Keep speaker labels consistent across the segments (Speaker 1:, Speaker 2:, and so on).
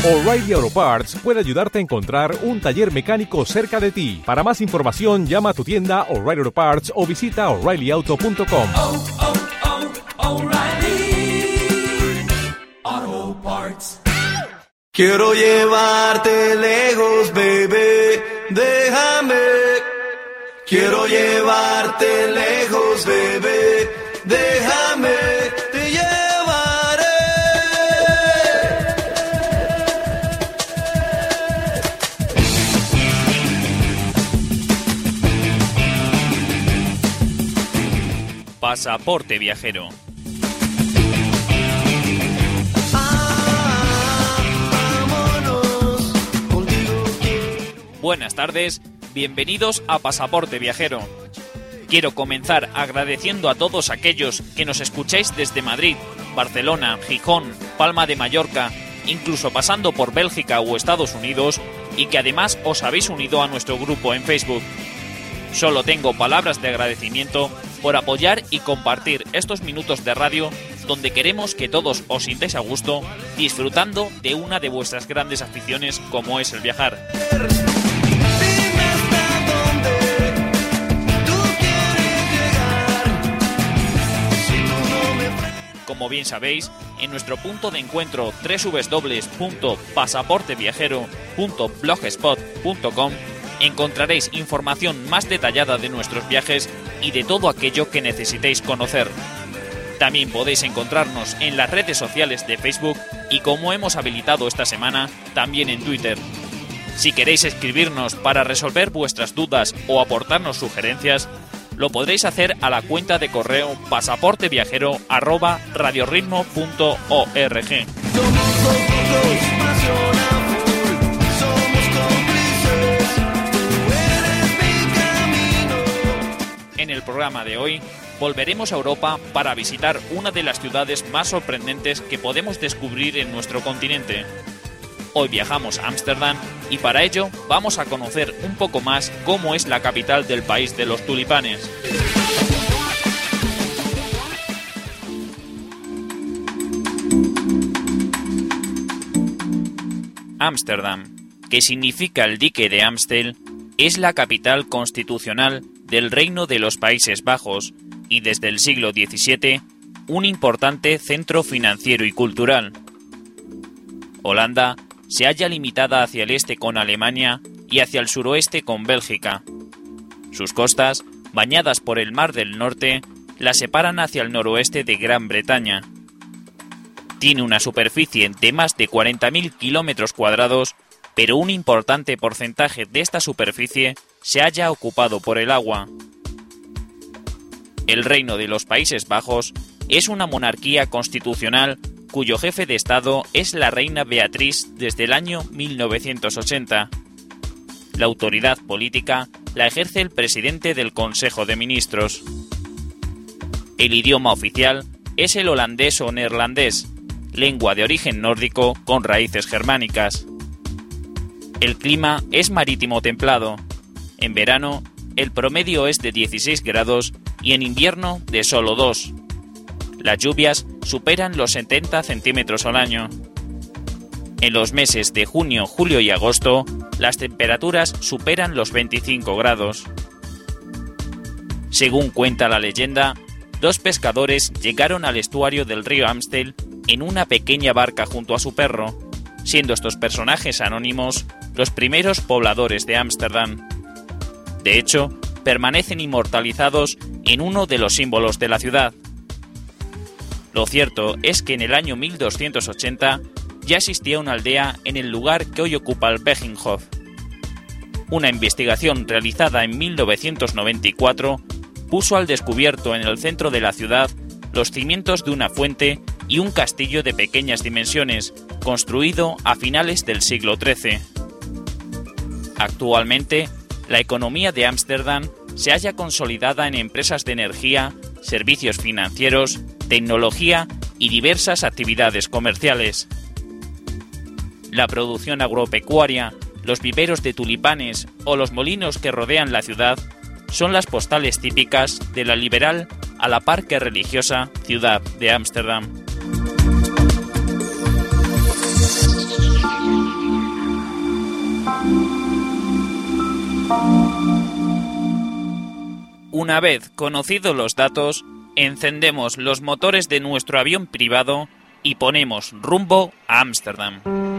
Speaker 1: O'Reilly Auto Parts puede ayudarte a encontrar un taller mecánico cerca de ti. Para más información, llama a tu tienda O'Reilly Auto Parts o visita O'ReillyAuto.com.
Speaker 2: O'Reilly Auto Parts.
Speaker 3: Quiero llevarte lejos, baby, déjame. Quiero llevarte lejos, baby, déjame. Te llevaré.
Speaker 4: Pasaporte viajero. Buenas tardes, bienvenidos a Pasaporte Viajero. Quiero comenzar agradeciendo a todos aquellos que nos escucháis desde Madrid, Barcelona, Gijón, Palma de Mallorca, incluso pasando por Bélgica o Estados Unidos, y que además os habéis unido a nuestro grupo en Facebook. Solo tengo palabras de agradecimiento por apoyar y compartir estos minutos de radio donde queremos que todos os sintáis a gusto disfrutando de una de vuestras grandes aficiones como es el viajar. Como bien sabéis, en nuestro punto de encuentro www.pasaporteviajero.blogspot.com encontraréis información más detallada de nuestros viajes y de todo aquello que necesitéis conocer. También podéis encontrarnos en las redes sociales de Facebook y, como hemos habilitado esta semana, también en Twitter. Si queréis escribirnos para resolver vuestras dudas o aportarnos sugerencias, lo podréis hacer a la cuenta de correo pasaporteviajero@radioritmo.org. En el programa de hoy volveremos a Europa para visitar una de las ciudades más sorprendentes que podemos descubrir en nuestro continente. Hoy viajamos a Ámsterdam y para ello vamos a conocer un poco más cómo es la capital del país de los tulipanes. Ámsterdam, que significa el dique de Amstel, es la capital constitucional del Reino de los Países Bajos y desde el siglo XVII un importante centro financiero y cultural. Holanda se halla limitada hacia el este con Alemania y hacia el suroeste con Bélgica. Sus costas, bañadas por el Mar del Norte, la separan hacia el noroeste de Gran Bretaña. Tiene una superficie de más de 40.000 kilómetros cuadrados, pero un importante porcentaje de esta superficie se halla ocupado por el agua. El Reino de los Países Bajos es una monarquía constitucional cuyo jefe de Estado es la reina Beatriz desde el año 1980. La autoridad política la ejerce el presidente del Consejo de Ministros. El idioma oficial es el holandés o neerlandés, lengua de origen nórdico con raíces germánicas. El clima es marítimo templado. En verano, el promedio es de 16 grados y en invierno de solo 2. Las lluvias superan los 70 centímetros al año. En los meses de junio, julio y agosto, las temperaturas superan los 25 grados. Según cuenta la leyenda, 2 pescadores llegaron al estuario del río Amstel en una pequeña barca junto a su perro, siendo estos personajes anónimos los primeros pobladores de Ámsterdam. De hecho, permanecen inmortalizados en uno de los símbolos de la ciudad. Lo cierto es que en el año 1280 ya existía una aldea en el lugar que hoy ocupa el Begijnhof. Una investigación realizada en 1994 puso al descubierto en el centro de la ciudad los cimientos de una fuente y un castillo de pequeñas dimensiones, construido a finales del siglo XIII. Actualmente, la economía de Ámsterdam se halla consolidada en empresas de energía, servicios financieros, tecnología y diversas actividades comerciales. La producción agropecuaria, los viveros de tulipanes o los molinos que rodean la ciudad son las postales típicas de la liberal a la par que religiosa ciudad de Ámsterdam. Una vez conocidos los datos, encendemos los motores de nuestro avión privado y ponemos rumbo a Ámsterdam.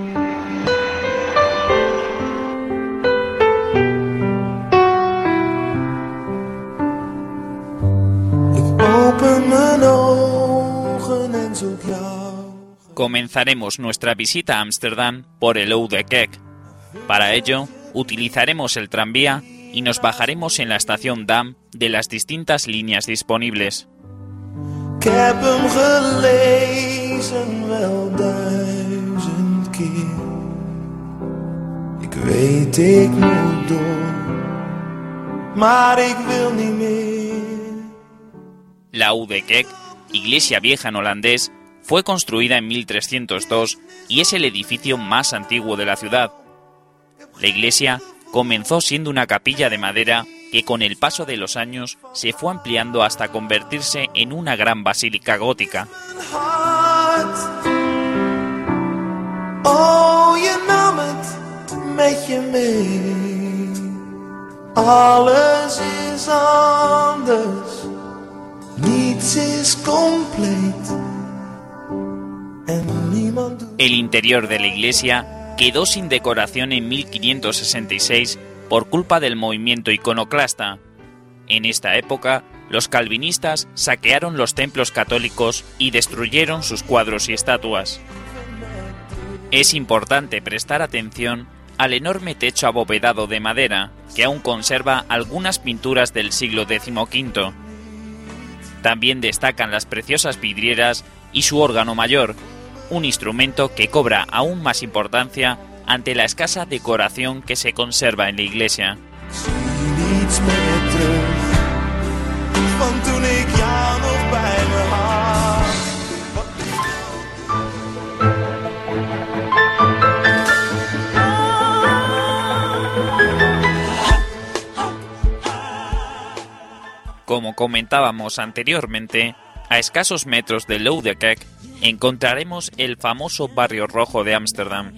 Speaker 4: Comenzaremos nuestra visita a Ámsterdam por el Oude Kerk. Para ello, utilizaremos el tranvía y nos bajaremos en la estación Dam de las distintas líneas disponibles. La Oude Kerk, iglesia vieja en holandés, fue construida en 1302 y es el edificio más antiguo de la ciudad. La iglesia comenzó siendo una capilla de madera que con el paso de los años se fue ampliando hasta convertirse en una gran basílica gótica. El interior de la iglesia quedó sin decoración en 1566 por culpa del movimiento iconoclasta. En esta época, los calvinistas saquearon los templos católicos y destruyeron sus cuadros y estatuas. Es importante prestar atención al enorme techo abovedado de madera, que aún conserva algunas pinturas del siglo XV. También destacan las preciosas vidrieras y su órgano mayor, un instrumento que cobra aún más importancia ante la escasa decoración que se conserva en la iglesia. Como comentábamos anteriormente, a escasos metros del Oude Kerk encontraremos el famoso barrio rojo de Ámsterdam.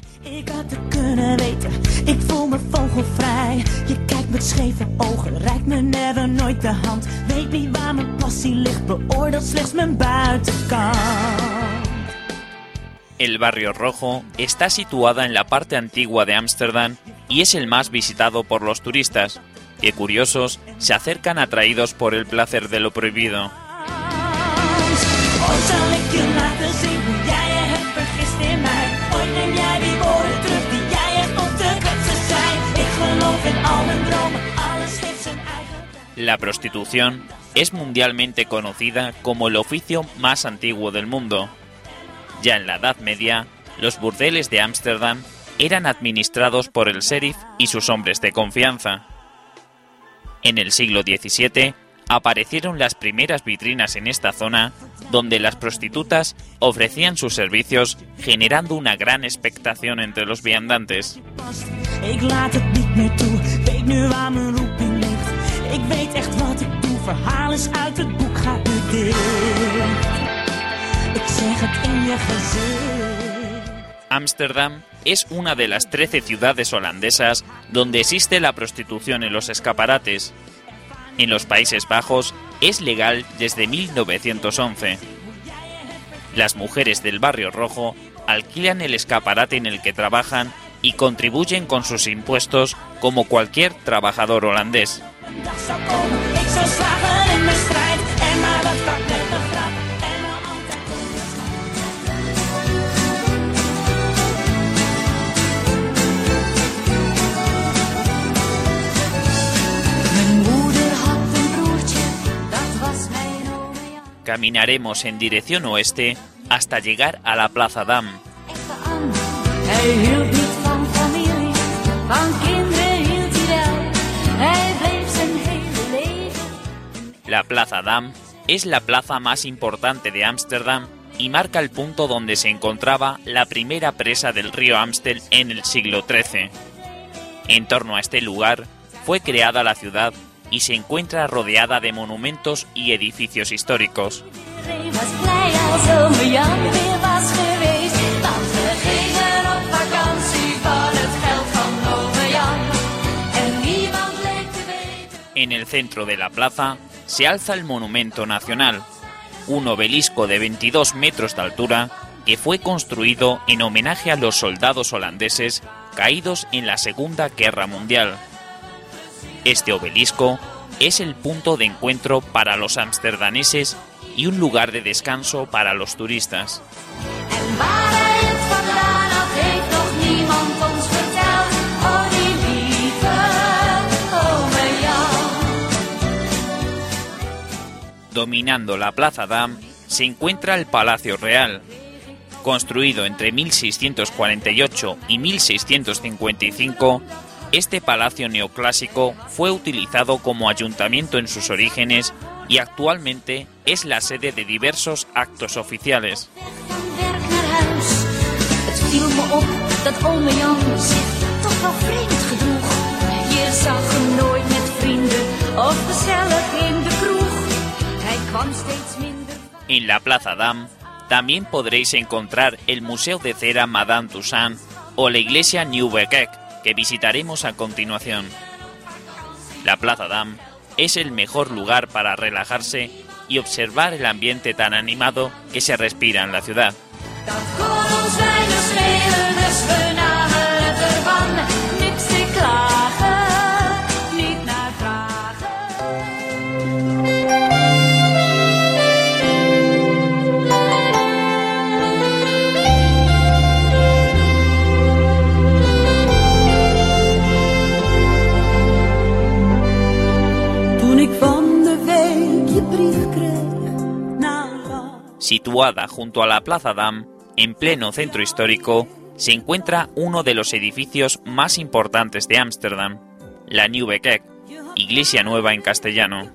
Speaker 4: El barrio rojo está situada en la parte antigua de Ámsterdam y es el más visitado por los turistas, que curiosos se acercan atraídos por el placer de lo prohibido. La prostitución es mundialmente conocida como el oficio más antiguo del mundo. Ya en la Edad Media, los burdeles de Ámsterdam eran administrados por el sheriff y sus hombres de confianza. En el siglo XVII aparecieron las primeras vitrinas en esta zona, donde las prostitutas ofrecían sus servicios, generando una gran expectación entre los viandantes. Ámsterdam es una de las 13 ciudades holandesas donde existe la prostitución en los escaparates. En los Países Bajos es legal desde 1911. Las mujeres del Barrio Rojo alquilan el escaparate en el que trabajan y contribuyen con sus impuestos como cualquier trabajador holandés. Caminaremos en dirección oeste hasta llegar a la Plaza Dam. La Plaza Dam es la plaza más importante de Ámsterdam y marca el punto donde se encontraba la primera presa del río Amstel en el siglo XIII. En torno a este lugar fue creada la ciudad y se encuentra rodeada de monumentos y edificios históricos. En el centro de la plaza se alza el Monumento Nacional, un obelisco de 22 metros de altura que fue construido en homenaje a los soldados holandeses caídos en la Segunda Guerra Mundial. Este obelisco es el punto de encuentro para los amsterdaneses y un lugar de descanso para los turistas. Dominando la Plaza Dam se encuentra el Palacio Real. Construido entre 1648 y 1655, este palacio neoclásico fue utilizado como ayuntamiento en sus orígenes y actualmente es la sede de diversos actos oficiales. En la Plaza Dam también podréis encontrar el Museo de Cera Madame Tussauds o la iglesia Nieuwe Kerk, que visitaremos a continuación. La Plaza Dam es el mejor lugar para relajarse y observar el ambiente tan animado que se respira en la ciudad. Situada junto a la Plaza Dam, en pleno centro histórico, se encuentra uno de los edificios más importantes de Ámsterdam, la Nieuwe Kerk, Iglesia Nueva en castellano.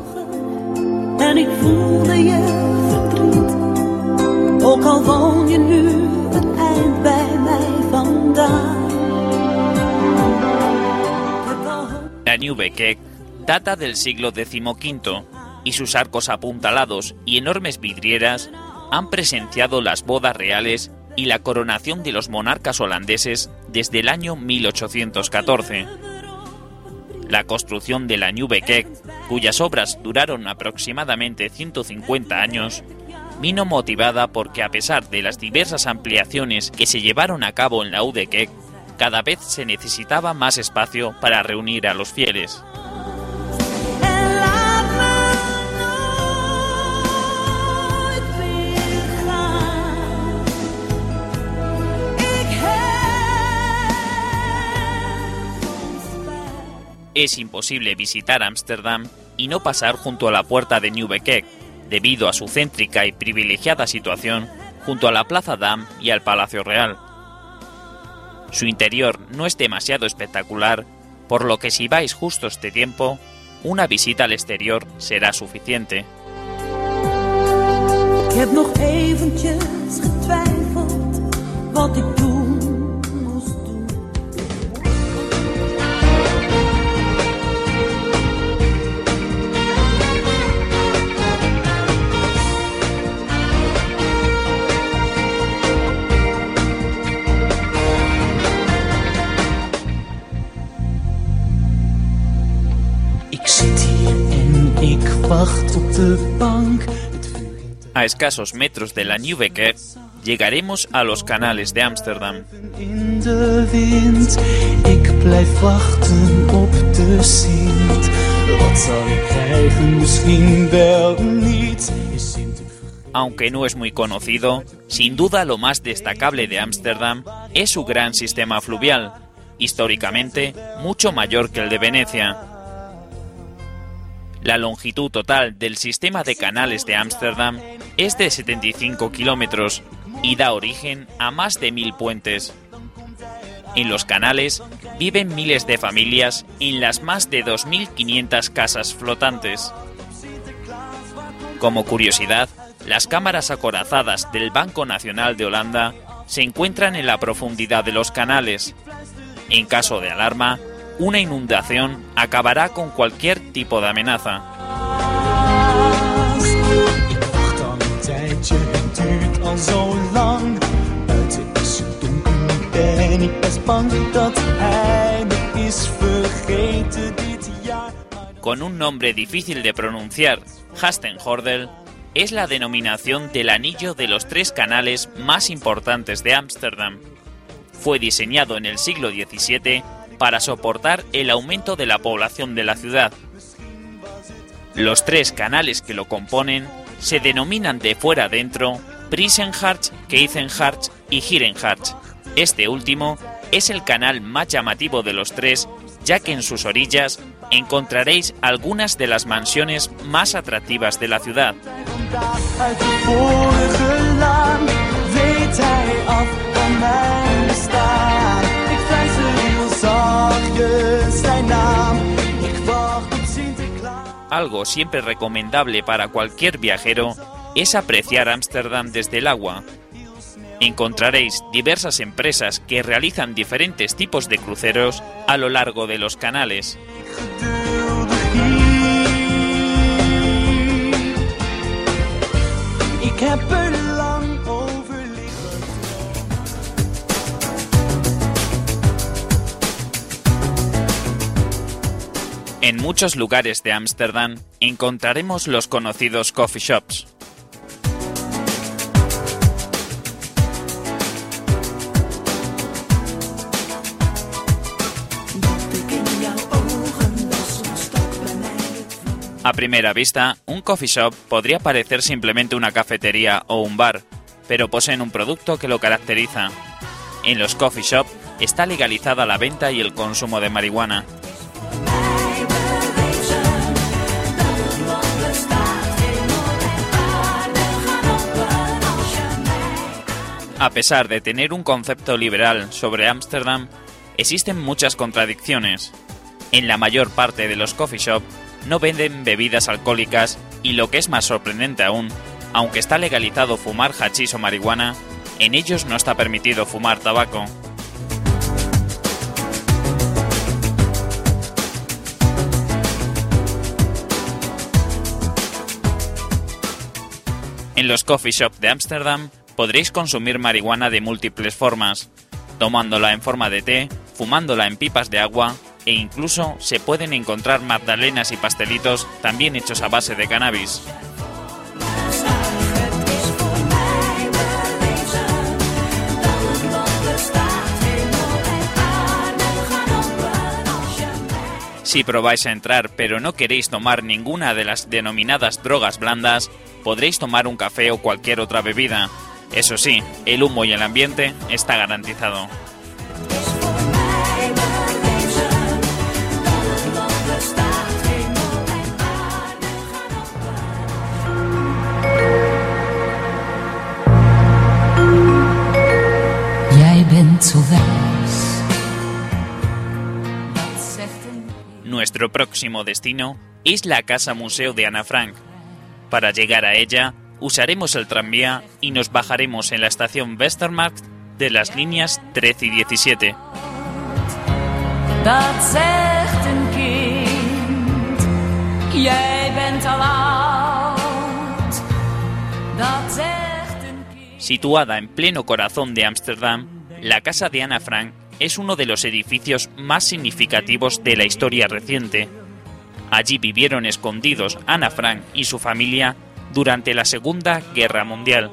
Speaker 4: La Nieuwe Kerk data del siglo XV y sus arcos apuntalados y enormes vidrieras han presenciado las bodas reales y la coronación de los monarcas holandeses desde el año 1814. La construcción de la Nieuwe Kerk, cuyas obras duraron aproximadamente 150 años, vino motivada porque a pesar de las diversas ampliaciones que se llevaron a cabo en la Oude Kerk, cada vez se necesitaba más espacio para reunir a los fieles. Es imposible visitar Ámsterdam y no pasar junto a la puerta de Nieuwe Kerk, debido a su céntrica y privilegiada situación junto a la Plaza Dam y al Palacio Real. Su interior no es demasiado espectacular, por lo que si vais justo este tiempo, una visita al exterior será suficiente.
Speaker 5: Ik heb nog eventjes getwijfeld wat ik doen moest doen.
Speaker 2: Ik zit hier en ik wacht op de bank.
Speaker 4: A escasos metros de la Nieuwe Kerk llegaremos a los canales de Ámsterdam.
Speaker 2: In de wind, ik blijf wachten op de Sint. Wat zal ik krijgen? Misschien wel niet. Is Sint een vergeten?
Speaker 4: Aunque no es muy conocido, sin duda lo más destacable de Ámsterdam es su gran sistema fluvial, históricamente mucho mayor que el de Venecia. La longitud total del sistema de canales de Ámsterdam es de 75 kilómetros y da origen a más de 1000 puentes. En los canales viven miles de familias en las más de 2500 casas flotantes. Como curiosidad, las cámaras acorazadas del Banco Nacional de Holanda se encuentran en la profundidad de los canales. En caso de alarma, una inundación acabará con cualquier tipo de amenaza. con un nombre difícil de pronunciar, Hastenhordel, es la denominación del anillo de los 3 canales más importantes de Ámsterdam. Fue diseñado en el siglo XVII para soportar el aumento de la población de la ciudad. Los 3 canales que lo componen se denominan de fuera adentro Prinsenhardt, Keithenhardt y Heerenhardt. Este último es el canal más llamativo de los 3, ya que en sus orillas encontraréis algunas de las mansiones más atractivas de la ciudad. Algo siempre recomendable para cualquier viajero es apreciar Ámsterdam desde el agua. Encontraréis diversas empresas que realizan diferentes tipos de cruceros a lo largo de los canales. En muchos lugares de Ámsterdam encontraremos los conocidos coffee shops. A primera vista, un coffee shop podría parecer simplemente una cafetería o un bar, pero poseen un producto que lo caracteriza. En los coffee shop está legalizada la venta y el consumo de marihuana. A pesar de tener un concepto liberal sobre Ámsterdam, existen muchas contradicciones. En la mayor parte de los coffee shop no venden bebidas alcohólicas y, lo que es más sorprendente aún, aunque está legalizado fumar hachís o marihuana, en ellos no está permitido fumar tabaco. En los coffee shop de Ámsterdam podréis consumir marihuana de múltiples formas, tomándola en forma de té, fumándola en pipas de agua, e incluso se pueden encontrar magdalenas y pastelitos también hechos a base de cannabis. Si probáis a entrar pero no queréis tomar ninguna de las denominadas drogas blandas, podréis tomar un café o cualquier otra bebida. Eso sí, el humo y el ambiente está garantizado. Nuestro próximo destino es la Casa Museo de Ana Frank. Para llegar a ella, usaremos el tranvía y nos bajaremos en la estación Westermarkt de las líneas 13 y 17. Situada en pleno corazón de Ámsterdam, la Casa de Ana Frank es uno de los edificios más significativos de la historia reciente. Allí vivieron escondidos Ana Frank y su familia durante la Segunda Guerra Mundial.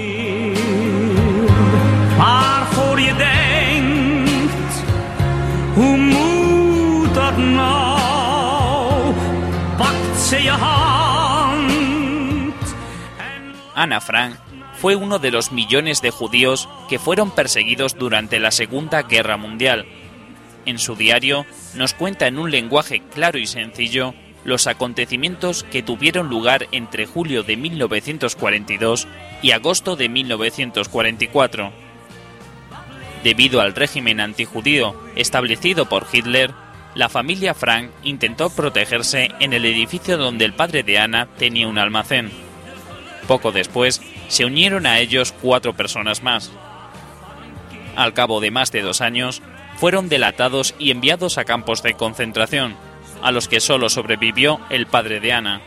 Speaker 4: Ana Frank fue uno de los millones de judíos que fueron perseguidos durante la Segunda Guerra Mundial. En su diario nos cuenta en un lenguaje claro y sencillo los acontecimientos que tuvieron lugar entre julio de 1942 y agosto de 1944. Debido al régimen antijudío establecido por Hitler, la familia Frank intentó protegerse en el edificio donde el padre de Ana tenía un almacén. Poco después, se unieron a ellos 4 personas más. Al cabo de más de 2 años, fueron delatados y enviados a campos de concentración, a los que solo sobrevivió el padre de Ana.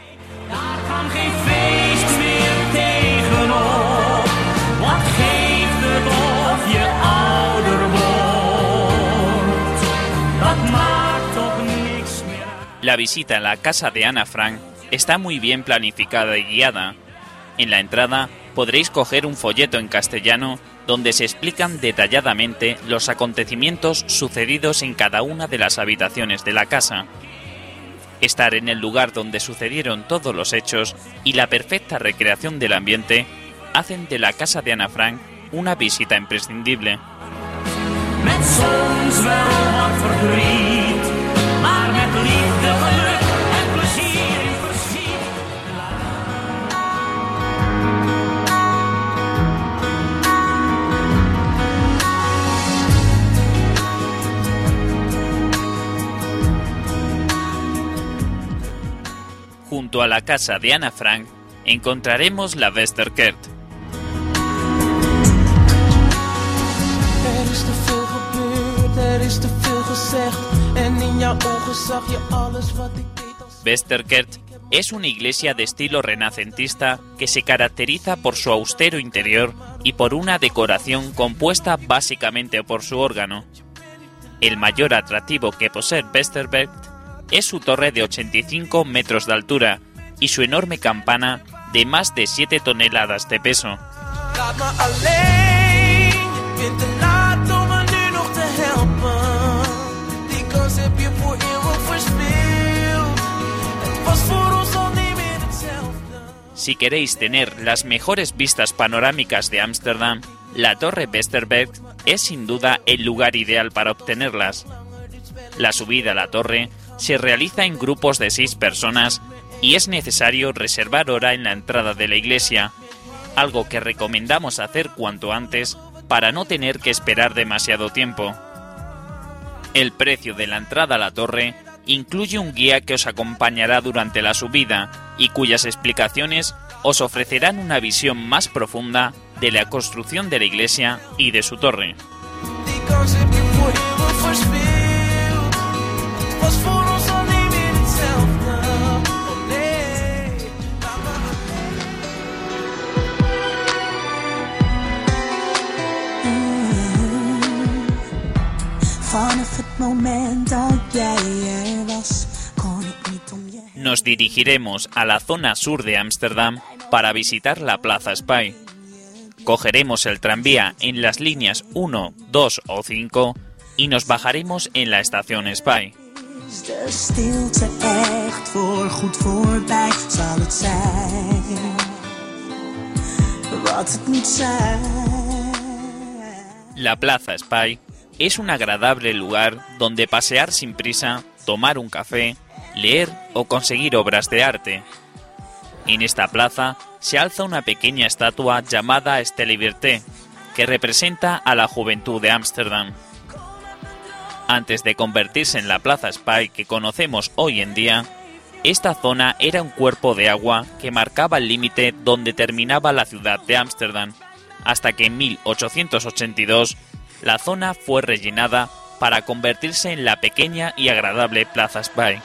Speaker 4: La La visita a la casa de Ana Frank está muy bien planificada y guiada. En la entrada podréis coger un folleto en castellano donde se explican detalladamente los acontecimientos sucedidos en cada una de las habitaciones de la casa. Estar en el lugar donde sucedieron todos los hechos y la perfecta recreación del ambiente hacen de la casa de Ana Frank una visita imprescindible. Junto a la casa de Ana Frank encontraremos la Westerkert. Westerkert es una iglesia de estilo renacentista que se caracteriza por su austero interior y por una decoración compuesta básicamente por su órgano. El mayor atractivo que posee Westerkert es su torre de 85 metros de altura y su enorme campana de más de 7 toneladas de peso. Si queréis tener las mejores vistas panorámicas de Ámsterdam, la Torre Westerkert es sin duda el lugar ideal para obtenerlas. La subida a la torre se realiza en grupos de 6 personas y es necesario reservar hora en la entrada de la iglesia, algo que recomendamos hacer cuanto antes para no tener que esperar demasiado tiempo. El precio de la entrada a la torre incluye un guía que os acompañará durante la subida y cuyas explicaciones os ofrecerán una visión más profunda de la construcción de la iglesia y de su torre. Nos dirigiremos a la zona sur de Ámsterdam para visitar la Plaza Spy. Cogeremos el tranvía en las líneas 1, 2 o 5 y nos bajaremos en la estación Spy. La Plaza Spy es un agradable lugar donde pasear sin prisa, tomar un café, leer o conseguir obras de arte. En esta plaza se alza una pequeña estatua llamada Stille Liberté, que representa a la juventud de Ámsterdam. Antes de convertirse en la Plaza Spy que conocemos hoy en día, esta zona era un cuerpo de agua que marcaba el límite donde terminaba la ciudad de Ámsterdam, hasta que en 1882 la zona fue rellenada para convertirse en la pequeña y agradable Plaza Spy.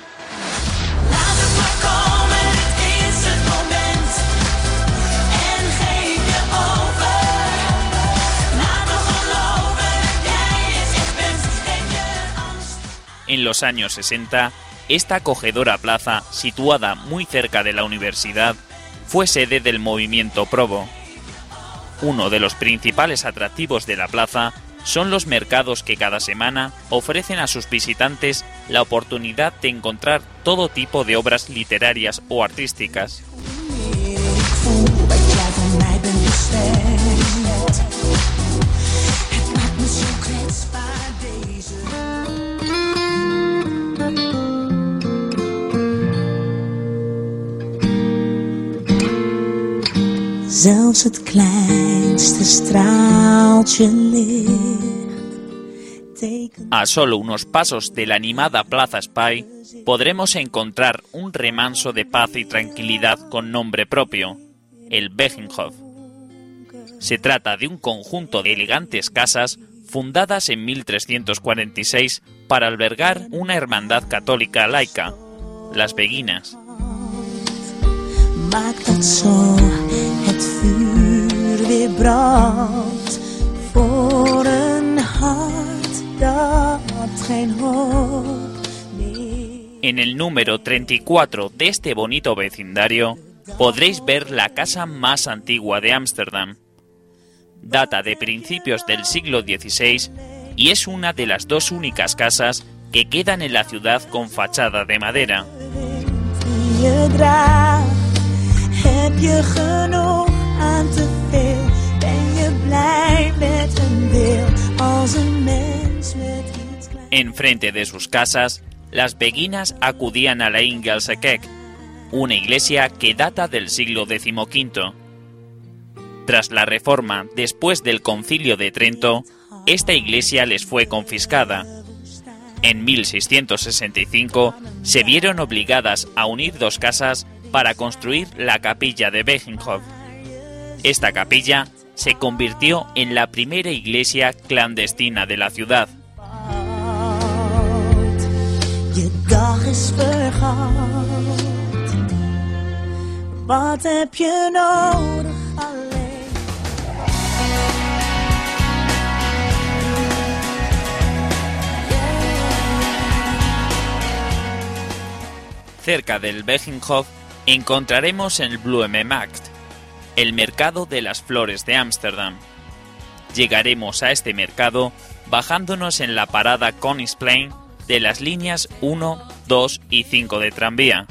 Speaker 4: En los años 60, esta acogedora plaza, situada muy cerca de la universidad, fue sede del movimiento Provo. Uno de los principales atractivos de la plaza son los mercados que cada semana ofrecen a sus visitantes la oportunidad de encontrar todo tipo de obras literarias o artísticas.
Speaker 5: Zelfs het kleinste straaltje licht.
Speaker 4: A solo unos pasos de la animada Plaza Spy podremos encontrar un remanso de paz y tranquilidad con nombre propio, el Begijnhof. Se trata de un conjunto de elegantes casas fundadas en 1346 para albergar una hermandad católica laica, las Beguinas.
Speaker 5: Maak dat zo het vuur weer brandt voor een hart dat geen hoop meer.
Speaker 4: En el número 34 de este bonito vecindario podréis ver la casa más antigua de Ámsterdam. Data de principios del siglo XVI y es una de las dos únicas casas que quedan en la ciudad con fachada de madera. Enfrente de sus casas, las beguinas acudían a la Engelse Kerk, una iglesia que data del siglo XV. Tras la reforma después del Concilio de Trento, esta iglesia les fue confiscada. En 1665 se vieron obligadas a unir dos casas para construir la capilla de Begijnhof. Esta capilla se convirtió en la primera iglesia clandestina de la ciudad. Cerca del Begijnhof encontraremos el Bloemenmarkt, el mercado de las flores de Ámsterdam. Llegaremos a este mercado bajándonos en la parada Koningsplein de las líneas 1, 2 y 5 de tranvía.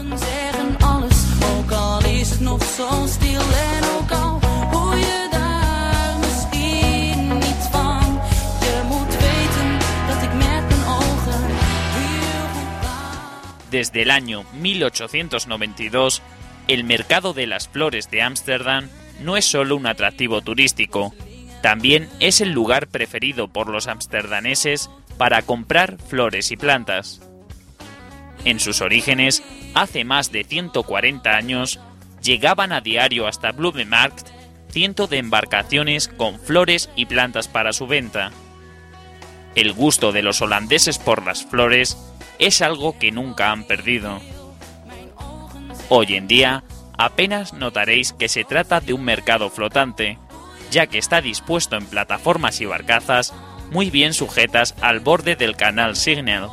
Speaker 4: Desde el año 1892, el mercado de las flores de Ámsterdam no es solo un atractivo turístico, también es el lugar preferido por los amsterdaneses para comprar flores y plantas. En sus orígenes, hace más de 140 años, llegaban a diario hasta Bloemenmarkt cientos de embarcaciones con flores y plantas para su venta. El gusto de los holandeses por las flores es algo que nunca han perdido. Hoy en día, apenas notaréis que se trata de un mercado flotante, ya que está dispuesto en plataformas y barcazas muy bien sujetas al borde del canal Signal.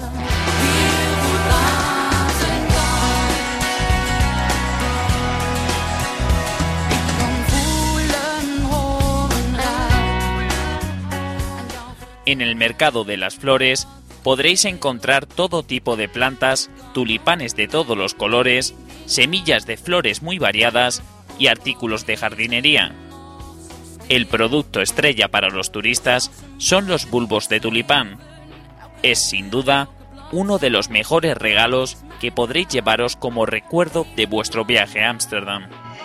Speaker 4: En el mercado de las flores podréis encontrar todo tipo de plantas, tulipanes de todos los colores, semillas de flores muy variadas y artículos de jardinería. El producto estrella para los turistas son los bulbos de tulipán. Es sin duda uno de los mejores regalos que podréis llevaros como recuerdo de vuestro viaje a Ámsterdam.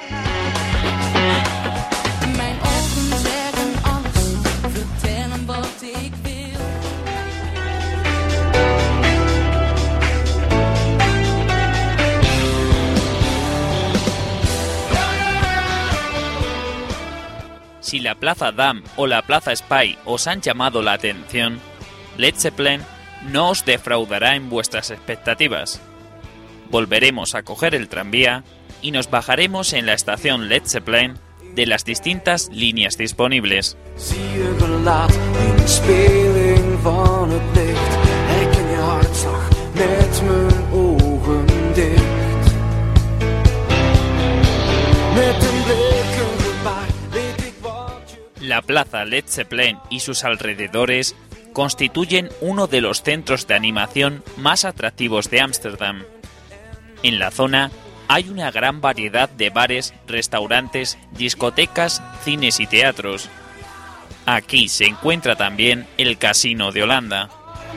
Speaker 4: Si la Plaza Dam o la Plaza Spy os han llamado la atención, Led Zeppelin no os defraudará en vuestras expectativas. Volveremos a coger el tranvía y nos bajaremos en la estación Led Zeppelin de las distintas líneas disponibles. La plaza Led Zeppelin y sus alrededores constituyen uno de los centros de animación más atractivos de Ámsterdam. En la zona hay una gran variedad de bares, restaurantes, discotecas, cines y teatros. Aquí se encuentra también el Casino de Holanda.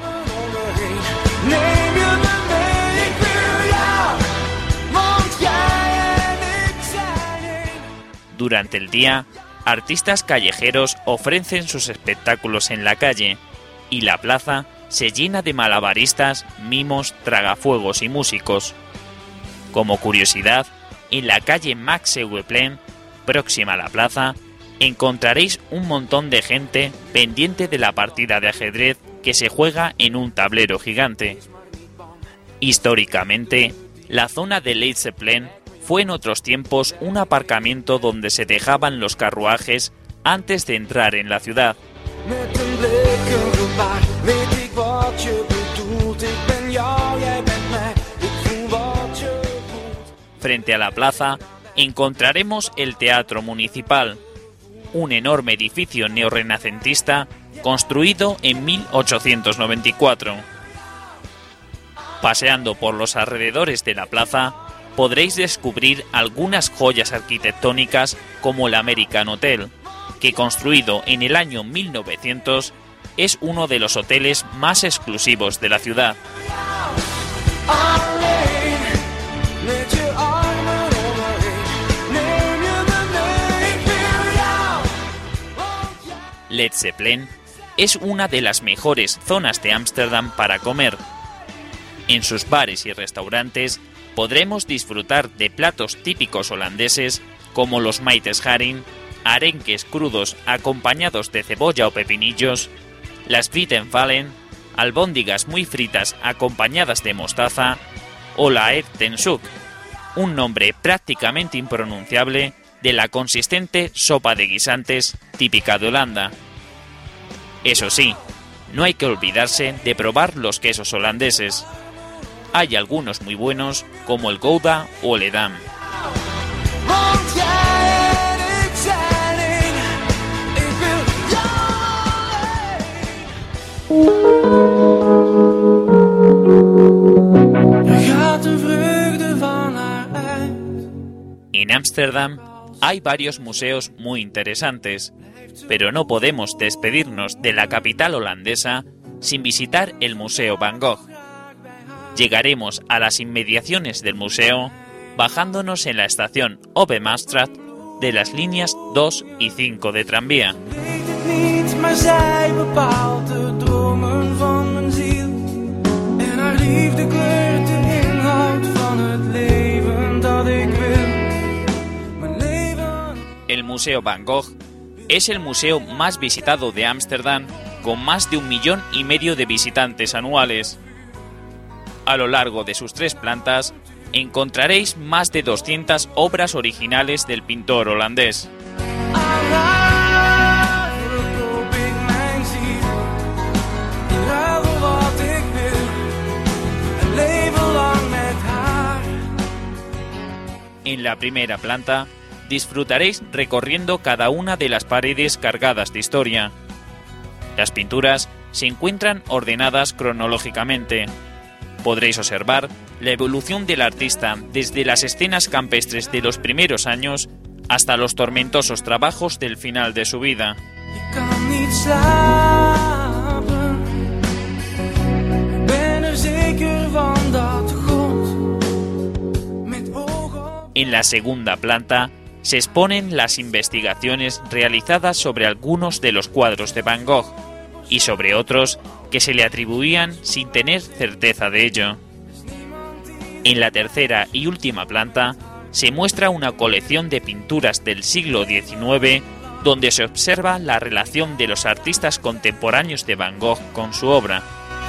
Speaker 4: Durante el día, artistas callejeros ofrecen sus espectáculos en la calle y la plaza se llena de malabaristas, mimos, tragafuegos y músicos. Como curiosidad, en la calle Maxeuweplein, próxima a la plaza, encontraréis un montón de gente pendiente de la partida de ajedrez que se juega en un tablero gigante. Históricamente, la zona de Led Zeppelin fue en otros tiempos un aparcamiento donde se dejaban los carruajes antes de entrar en la ciudad. Met een blik, een gebaar, weet ik wat je bedoelt. Ik ben jou, jij bent frente a la plaza, encontraremos el Teatro Municipal, un enorme edificio neorrenacentista construido en 1894. Paseando por los alrededores de la plaza, podréis descubrir algunas joyas arquitectónicas como el American Hotel, que construido en el año 1900 es uno de los hoteles más exclusivos de la ciudad. Led Zeppelin es una de las mejores zonas de Ámsterdam para comer. En sus bares y restaurantes podremos disfrutar de platos típicos holandeses como los Maitesharing, arenques crudos acompañados de cebolla o pepinillos, las Bittenvallen, albóndigas muy fritas acompañadas de mostaza, o la Ed ten Soep, un nombre prácticamente impronunciable de la consistente sopa de guisantes típica de Holanda. Eso sí, no hay que olvidarse de probar los quesos holandeses. Hay algunos muy buenos, como el Gouda o el Edam. En Ámsterdam hay varios museos muy interesantes, pero no podemos despedirnos de la capital holandesa sin visitar el Museo Van Gogh. Llegaremos a las inmediaciones del museo bajándonos en la estación Overmastrat de las líneas 2 y 5 de tranvía. El Museo Van Gogh es el museo más visitado de Ámsterdam, con más de 1,5 millones de visitantes anuales. A lo largo de sus 3 plantas encontraréis más de 200 obras originales del pintor holandés. En la primera planta disfrutaréis recorriendo cada una de las paredes cargadas de historia. Las pinturas se encuentran ordenadas cronológicamente. Podréis observar la evolución del artista desde las escenas campestres de los primeros años hasta los tormentosos trabajos del final de su vida. En la segunda planta se exponen las investigaciones realizadas sobre algunos de los cuadros de Van Gogh y sobre otros que se le atribuían sin tener certeza de ello. En la tercera y última planta se muestra una colección de pinturas del siglo XIX donde se observa la relación de los artistas contemporáneos de Van Gogh con su obra.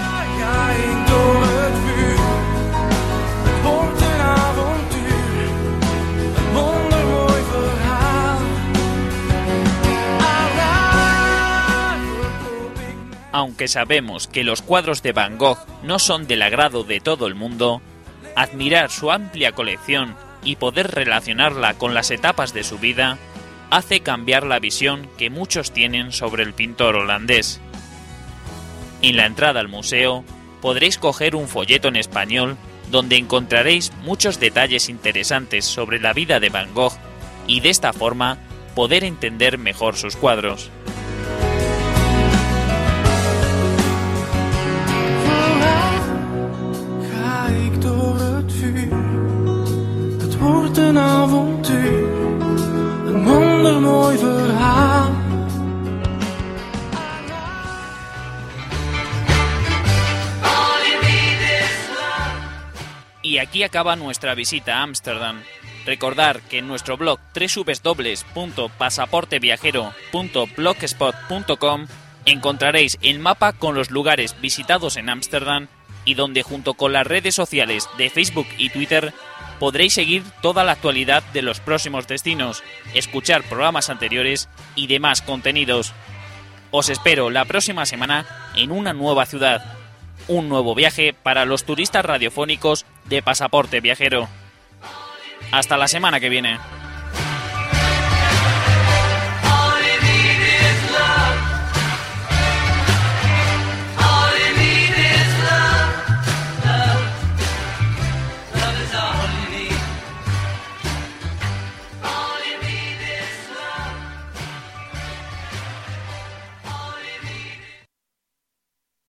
Speaker 4: Aunque sabemos que los cuadros de Van Gogh no son del agrado de todo el mundo, admirar su amplia colección y poder relacionarla con las etapas de su vida hace cambiar la visión que muchos tienen sobre el pintor holandés. En la entrada al museo podréis coger un folleto en español donde encontraréis muchos detalles interesantes sobre la vida de Van Gogh y de esta forma poder entender mejor sus cuadros.
Speaker 2: Een avontuur, een wondermooi verhaal.
Speaker 4: Y aquí acaba nuestra visita a Ámsterdam. Recordar que en nuestro blog www.pasaporteviajero.blogspot.com encontraréis el mapa con los lugares visitados en Ámsterdam y donde junto con las redes sociales de Facebook y Twitter podréis seguir toda la actualidad de los próximos destinos, escuchar programas anteriores y demás contenidos. Os espero la próxima semana en una nueva ciudad, un nuevo viaje para los turistas radiofónicos de Pasaporte Viajero. Hasta la semana que viene.